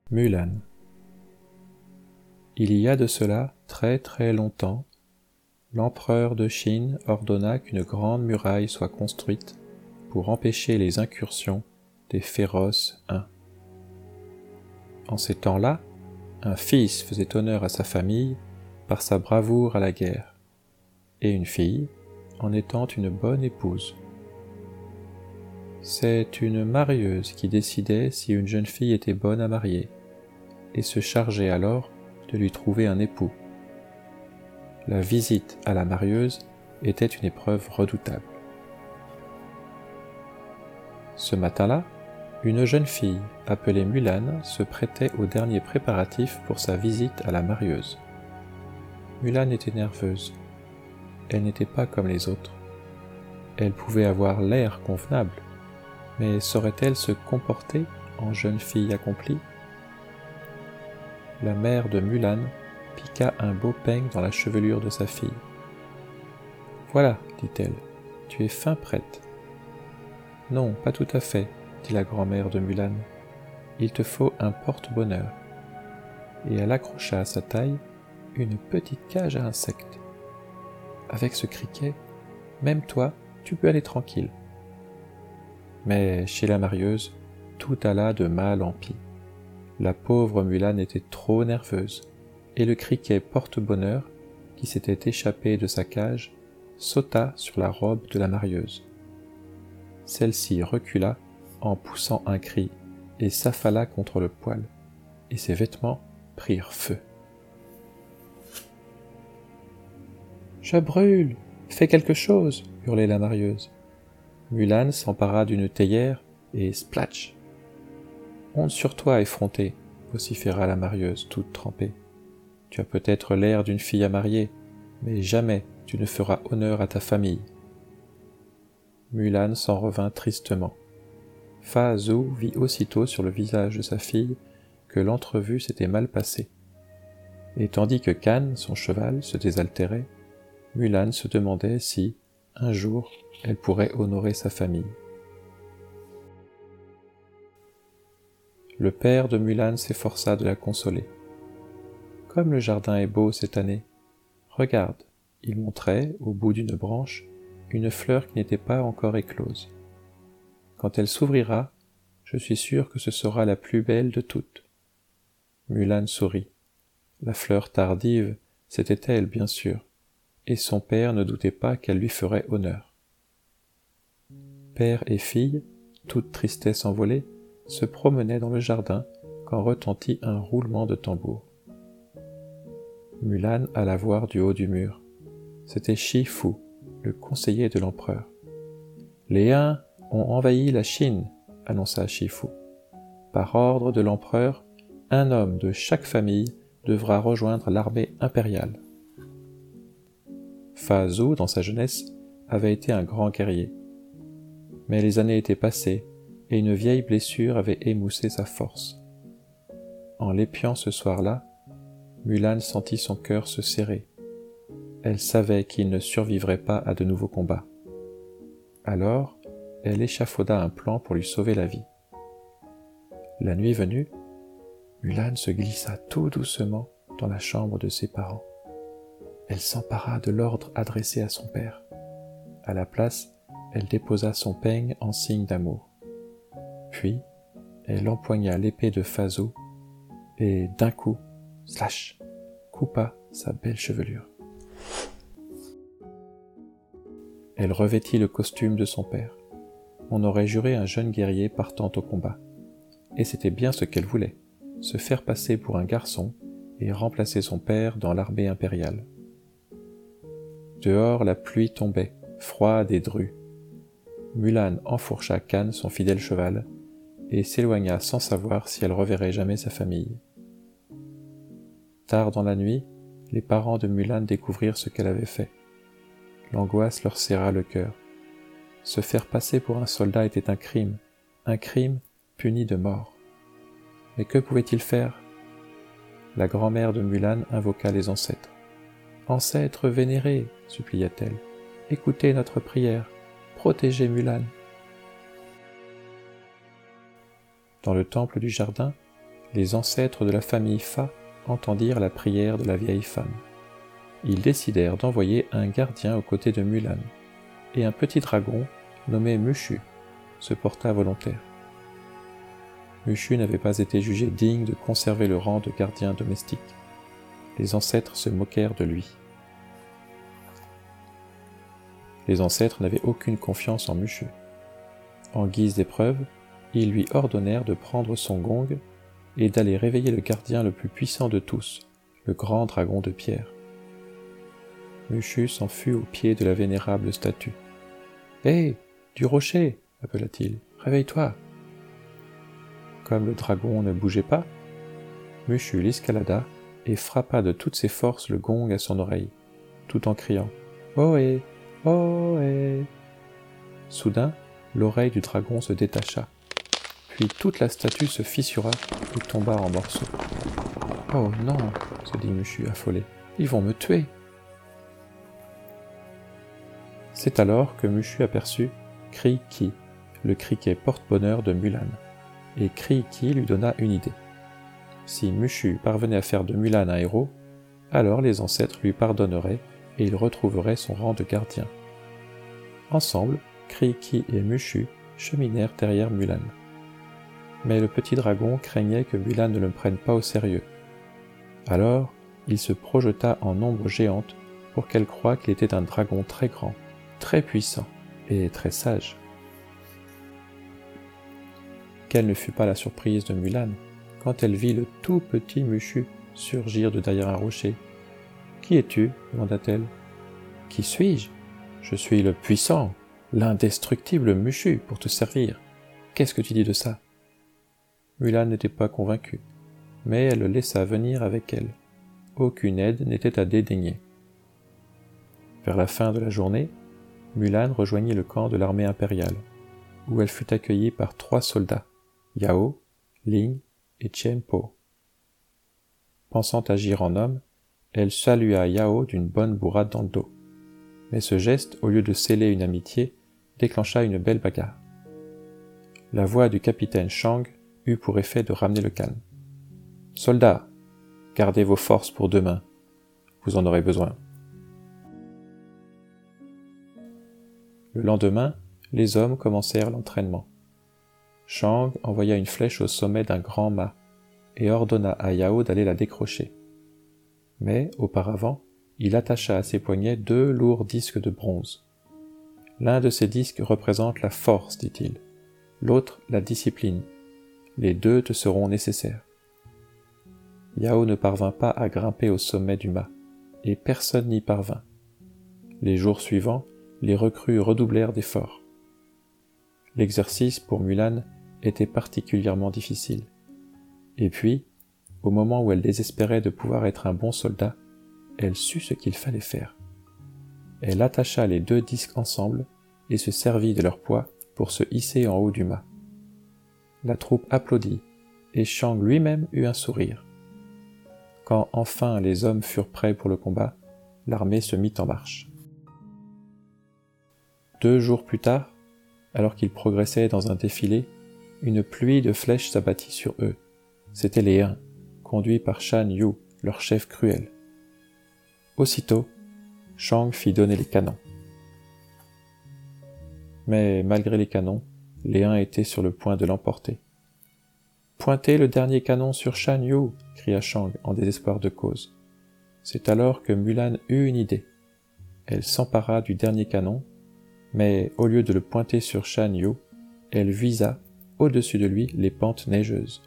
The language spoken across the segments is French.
Mulan. Il y a de cela très très longtemps, l'empereur de Chine ordonna qu'une grande muraille soit construite pour empêcher les incursions des féroces Huns. En ces temps-là, un fils faisait honneur à sa famille par sa bravoure à la guerre, et une fille en étant une bonne épouse. C'est une marieuse qui décidait si une jeune fille était bonne à marier, et se chargeait alors de lui trouver un époux. La visite à la marieuse était une épreuve redoutable. Ce matin-là, une jeune fille appelée Mulan se prêtait aux derniers préparatifs pour sa visite à la marieuse. Mulan était nerveuse. Elle n'était pas comme les autres. Elle pouvait avoir l'air convenable, mais saurait-elle se comporter en jeune fille accomplie ? La mère de Mulan piqua un beau peigne dans la chevelure de sa fille. « Voilà, dit-elle, tu es fin prête. »« Non, pas tout à fait, dit la grand-mère de Mulan. Il te faut un porte-bonheur. » Et elle accrocha à sa taille une petite cage à insectes. « Avec ce criquet, même toi, tu peux aller tranquille. » Mais chez la marieuse, tout alla de mal en pis. La pauvre Mulan était trop nerveuse, et le criquet porte-bonheur, qui s'était échappé de sa cage, sauta sur la robe de la marieuse. Celle-ci recula en poussant un cri et s'affala contre le poêle, et ses vêtements prirent feu. « Je brûle, fais quelque chose !» hurlait la marieuse. Mulan s'empara d'une théière et splatch. « Honte sur toi, effrontée !» vociféra la marieuse, toute trempée. « Tu as peut-être l'air d'une fille à marier, mais jamais tu ne feras honneur à ta famille. » Mulan s'en revint tristement. Fa Zhou vit aussitôt sur le visage de sa fille que l'entrevue s'était mal passée. Et tandis que Kan, son cheval, se désaltérait, Mulan se demandait si, un jour, elle pourrait honorer sa famille. Le père de Mulan s'efforça de la consoler. « Comme le jardin est beau cette année. Regarde, » il montrait, au bout d'une branche, une fleur qui n'était pas encore éclose. « Quand elle s'ouvrira, je suis sûr que ce sera la plus belle de toutes. » Mulan sourit. La fleur tardive, c'était elle, bien sûr, et son père ne doutait pas qu'elle lui ferait honneur. Père et fille, toute tristesse envolée, se promenaient dans le jardin quand retentit un roulement de tambour. Mulan alla voir du haut du mur. C'était Shi Fu, le conseiller de l'empereur. « Les Huns ont envahi la Chine, » annonça Shi Fu. « Par ordre de l'empereur, un homme de chaque famille devra rejoindre l'armée impériale. » Fa Zhou, dans sa jeunesse, avait été un grand guerrier. Mais les années étaient passées, et une vieille blessure avait émoussé sa force. En l'épiant ce soir-là, Mulan sentit son cœur se serrer. Elle savait qu'il ne survivrait pas à de nouveaux combats. Alors, elle échafauda un plan pour lui sauver la vie. La nuit venue, Mulan se glissa tout doucement dans la chambre de ses parents. Elle s'empara de l'ordre adressé à son père. À la place, elle déposa son peigne en signe d'amour. Puis, elle empoigna l'épée de Fa Zhou et, d'un coup, slash, coupa sa belle chevelure. Elle revêtit le costume de son père. On aurait juré un jeune guerrier partant au combat. Et c'était bien ce qu'elle voulait, se faire passer pour un garçon et remplacer son père dans l'armée impériale. Dehors, la pluie tombait, froide et drue. Mulan enfourcha Kan, son fidèle cheval, et s'éloigna sans savoir si elle reverrait jamais sa famille. Tard dans la nuit, les parents de Mulan découvrirent ce qu'elle avait fait. L'angoisse leur serra le cœur. Se faire passer pour un soldat était un crime puni de mort. Mais que pouvait-il faire ? La grand-mère de Mulan invoqua les ancêtres. « Ancêtres vénérés, supplia-t-elle, écoutez notre prière, protégez Mulan. » Dans le temple du jardin, les ancêtres de la famille Fa entendirent la prière de la vieille femme. Ils décidèrent d'envoyer un gardien aux côtés de Mulan, et un petit dragon nommé Mushu se porta volontaire. Mushu n'avait pas été jugé digne de conserver le rang de gardien domestique. Les ancêtres se moquèrent de lui. Les ancêtres n'avaient aucune confiance en Mushu. En guise d'épreuve, ils lui ordonnèrent de prendre son gong et d'aller réveiller le gardien le plus puissant de tous, le grand dragon de pierre. Mushu s'en fut au pied de la vénérable statue. « Hé, du rocher !» appela-t-il. « Réveille-toi !» Comme le dragon ne bougeait pas, Mushu l'escalada et frappa de toutes ses forces le gong à son oreille, tout en criant « Ohé, ohé !» Soudain, l'oreille du dragon se détacha, puis toute la statue se fissura et tomba en morceaux. « Oh non !» se dit Mushu affolé. « Ils vont me tuer !» C'est alors que Mushu aperçut Kri-Ki, le criquet porte-bonheur de Mulan, et Kri-Ki lui donna une idée. Si Mushu parvenait à faire de Mulan un héros, alors les ancêtres lui pardonneraient et il retrouverait son rang de gardien. Ensemble, Kri-Ki et Mushu cheminèrent derrière Mulan. Mais le petit dragon craignait que Mulan ne le prenne pas au sérieux. Alors, il se projeta en ombre géante pour qu'elle croie qu'il était un dragon très grand, très puissant et très sage. Quelle ne fut pas la surprise de Mulan quand elle vit le tout petit Mushu surgir de derrière un rocher. « Qui es-tu » demanda-t-elle. « Qui suis-je ? Je suis le puissant, l'indestructible Mushu pour te servir. Qu'est-ce que tu dis de ça ?» Mulan n'était pas convaincue, mais elle le laissa venir avec elle. Aucune aide n'était à dédaigner. Vers la fin de la journée, Mulan rejoignit le camp de l'armée impériale, où elle fut accueillie par 3 soldats, Yao, Ling et Chien Po. Pensant agir en homme, elle salua Yao d'une bonne bourrade dans le dos. Mais ce geste, au lieu de sceller une amitié, déclencha une belle bagarre. La voix du capitaine Shang eut pour effet de ramener le calme. « Soldats, gardez vos forces pour demain. Vous en aurez besoin. » Le lendemain, les hommes commencèrent l'entraînement. Shang envoya une flèche au sommet d'un grand mât et ordonna à Yao d'aller la décrocher. Mais, auparavant, il attacha à ses poignets 2 lourds disques de bronze. L'un de ces disques représente la force, dit-il, l'autre la discipline. Les 2 te seront nécessaires. Yao ne parvint pas à grimper au sommet du mât, et personne n'y parvint. Les jours suivants, les recrues redoublèrent d'efforts. L'exercice pour Mulan était particulièrement difficile. Et puis, au moment où elle désespérait de pouvoir être un bon soldat, elle sut ce qu'il fallait faire. Elle attacha les 2 disques ensemble et se servit de leur poids pour se hisser en haut du mât. La troupe applaudit, et Shang lui-même eut un sourire. Quand enfin les hommes furent prêts pour le combat, l'armée se mit en marche. 2 jours plus tard, alors qu'ils progressaient dans un défilé, une pluie de flèches s'abattit sur eux. C'étaient les Huns, conduits par Shan Yu, leur chef cruel. Aussitôt, Shang fit donner les canons. Mais malgré les canons, les Huns étaient sur le point de l'emporter. « Pointez le dernier canon sur Shan Yu !» cria Shang en désespoir de cause. C'est alors que Mulan eut une idée. Elle s'empara du dernier canon, mais au lieu de le pointer sur Shan Yu, elle visa, au-dessus de lui, les pentes neigeuses.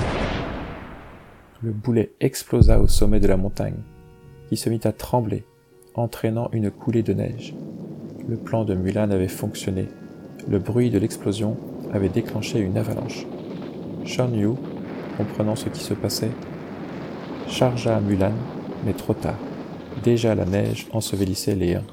Le boulet explosa au sommet de la montagne, qui se mit à trembler, entraînant une coulée de neige. Le plan de Mulan avait fonctionné. Le bruit de l'explosion avait déclenché une avalanche. Shan Yu, comprenant ce qui se passait, chargea Mulan, mais trop tard. Déjà la neige ensevelissait les Huns.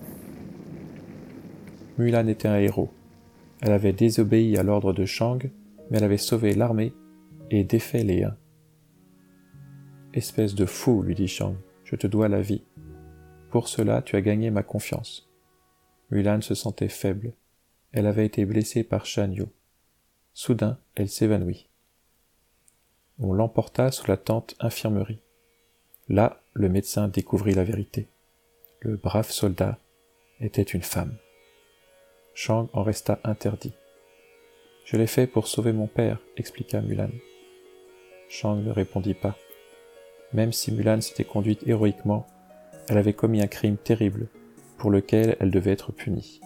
Mulan était un héros. Elle avait désobéi à l'ordre de Shang, mais elle avait sauvé l'armée et défait les Huns. « Espèce de fou, lui dit Shang, je te dois la vie. Pour cela, tu as gagné ma confiance. » Mulan se sentait faible. Elle avait été blessée par Shan Yu. Soudain, elle s'évanouit. On l'emporta sous la tente infirmerie. Là, le médecin découvrit la vérité. Le brave soldat était une femme. Shang en resta interdit. « Je l'ai fait pour sauver mon père, expliqua Mulan. Shang ne répondit pas. Même si Mulan s'était conduite héroïquement, elle avait commis un crime terrible, pour lequel elle devait être punie.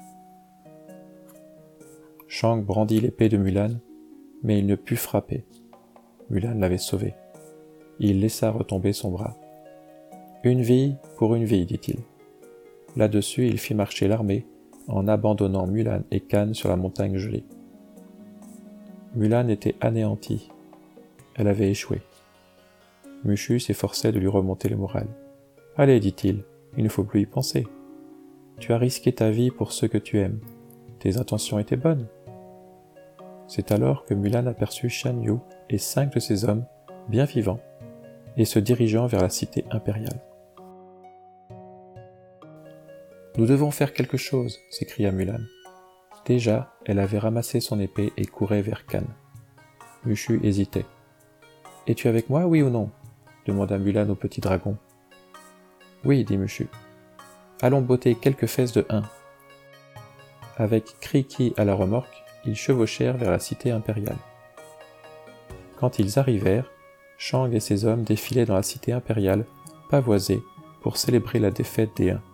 Shang brandit l'épée de Mulan, mais il ne put frapper. Mulan l'avait sauvée. Il laissa retomber son bras. « Une vie pour une vie, dit-il. » Là-dessus, il fit marcher l'armée, en abandonnant Mulan et Khan sur la montagne gelée. Mulan était anéantie. Elle avait échoué. Mushu s'efforçait de lui remonter le moral. « Allez, dit-il, il ne faut plus y penser. Tu as risqué ta vie pour ceux que tu aimes. Tes intentions étaient bonnes. » C'est alors que Mulan aperçut Shan Yu et 5 de ses hommes, bien vivants, et se dirigeant vers la cité impériale. « Nous devons faire quelque chose, s'écria Mulan. Déjà, elle avait ramassé son épée et courait vers Khan. Mushu hésitait. « Es-tu avec moi, oui ou non ?» demanda Mulan au petit dragon. « Oui, dit Mushu. Allons botter quelques fesses de 1. » Avec Kriki à la remorque, ils chevauchèrent vers la cité impériale. Quand ils arrivèrent, Shang et ses hommes défilaient dans la cité impériale, pavoisée, pour célébrer la défaite des Huns.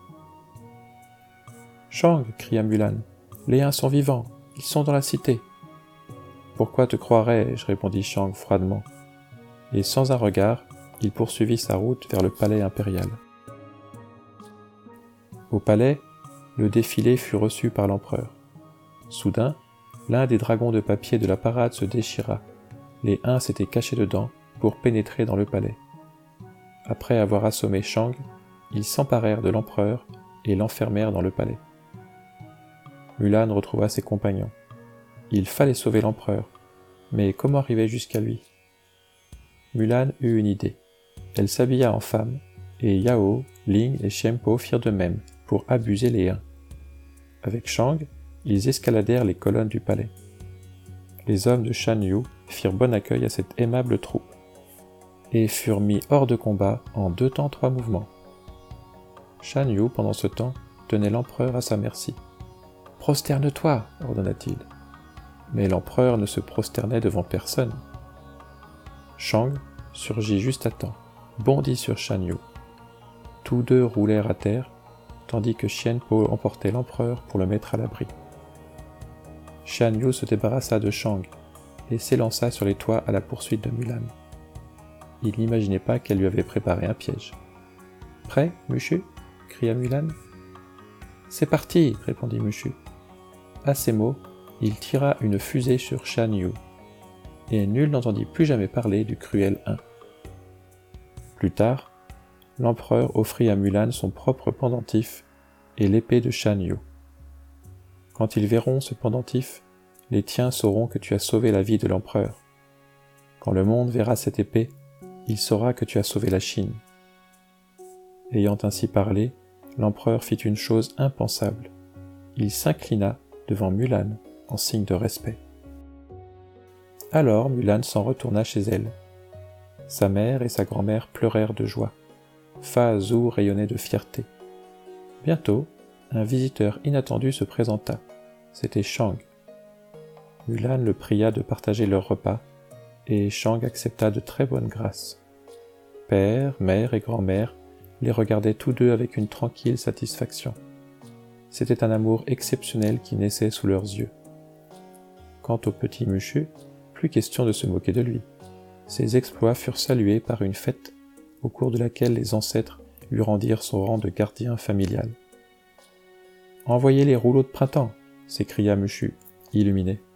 « Shang !» cria Mulan. « Les Huns sont vivants, ils sont dans la cité. »« Pourquoi te croirais-je » répondit Shang froidement. Et sans un regard, il poursuivit sa route vers le palais impérial. Au palais, le défilé fut reçu par l'empereur. Soudain, l'un des dragons de papier de la parade se déchira. Les Huns s'étaient cachés dedans pour pénétrer dans le palais. Après avoir assommé Shang, ils s'emparèrent de l'empereur et l'enfermèrent dans le palais. Mulan retrouva ses compagnons. Il fallait sauver l'empereur, mais comment arriver jusqu'à lui? Mulan eut une idée. Elle s'habilla en femme, et Yao, Ling et Shempo firent de même pour abuser les Huns. Avec Shang, ils escaladèrent les colonnes du palais. Les hommes de Shan Yu firent bon accueil à cette aimable troupe, et furent mis hors de combat en 2 temps 3 mouvements. Shan Yu, pendant ce temps, tenait l'empereur à sa merci. « Prosterne-toi » ordonna-t-il. Mais l'empereur ne se prosternait devant personne. Shang surgit juste à temps, bondit sur Shan Yu. Tous deux roulèrent à terre, tandis que Xianpo emportait l'empereur pour le mettre à l'abri. Shan Yu se débarrassa de Shang et s'élança sur les toits à la poursuite de Mulan. Il n'imaginait pas qu'elle lui avait préparé un piège. « Prêt, Mushu » cria Mulan. « C'est parti » répondit Mushu. À ces mots, il tira une fusée sur Shan Yu, et nul n'entendit plus jamais parler du cruel Hun. Plus tard, l'empereur offrit à Mulan son propre pendentif et l'épée de Shan Yu. Quand ils verront ce pendentif, les tiens sauront que tu as sauvé la vie de l'empereur. Quand le monde verra cette épée, il saura que tu as sauvé la Chine. Ayant ainsi parlé, l'empereur fit une chose impensable. Il s'inclina devant Mulan en signe de respect. Alors Mulan s'en retourna chez elle. Sa mère et sa grand-mère pleurèrent de joie. Fa Zhou rayonnait de fierté. Bientôt, un visiteur inattendu se présenta. C'était Shang. Mulan le pria de partager leur repas, et Shang accepta de très bonne grâce. Père, mère et grand-mère les regardaient tous deux avec une tranquille satisfaction. C'était un amour exceptionnel qui naissait sous leurs yeux. Quant au petit Mushu, plus question de se moquer de lui. Ses exploits furent salués par une fête, au cours de laquelle les ancêtres lui rendirent son rang de gardien familial. « Envoyez les rouleaux de printemps !» s'écria Mushu, illuminé.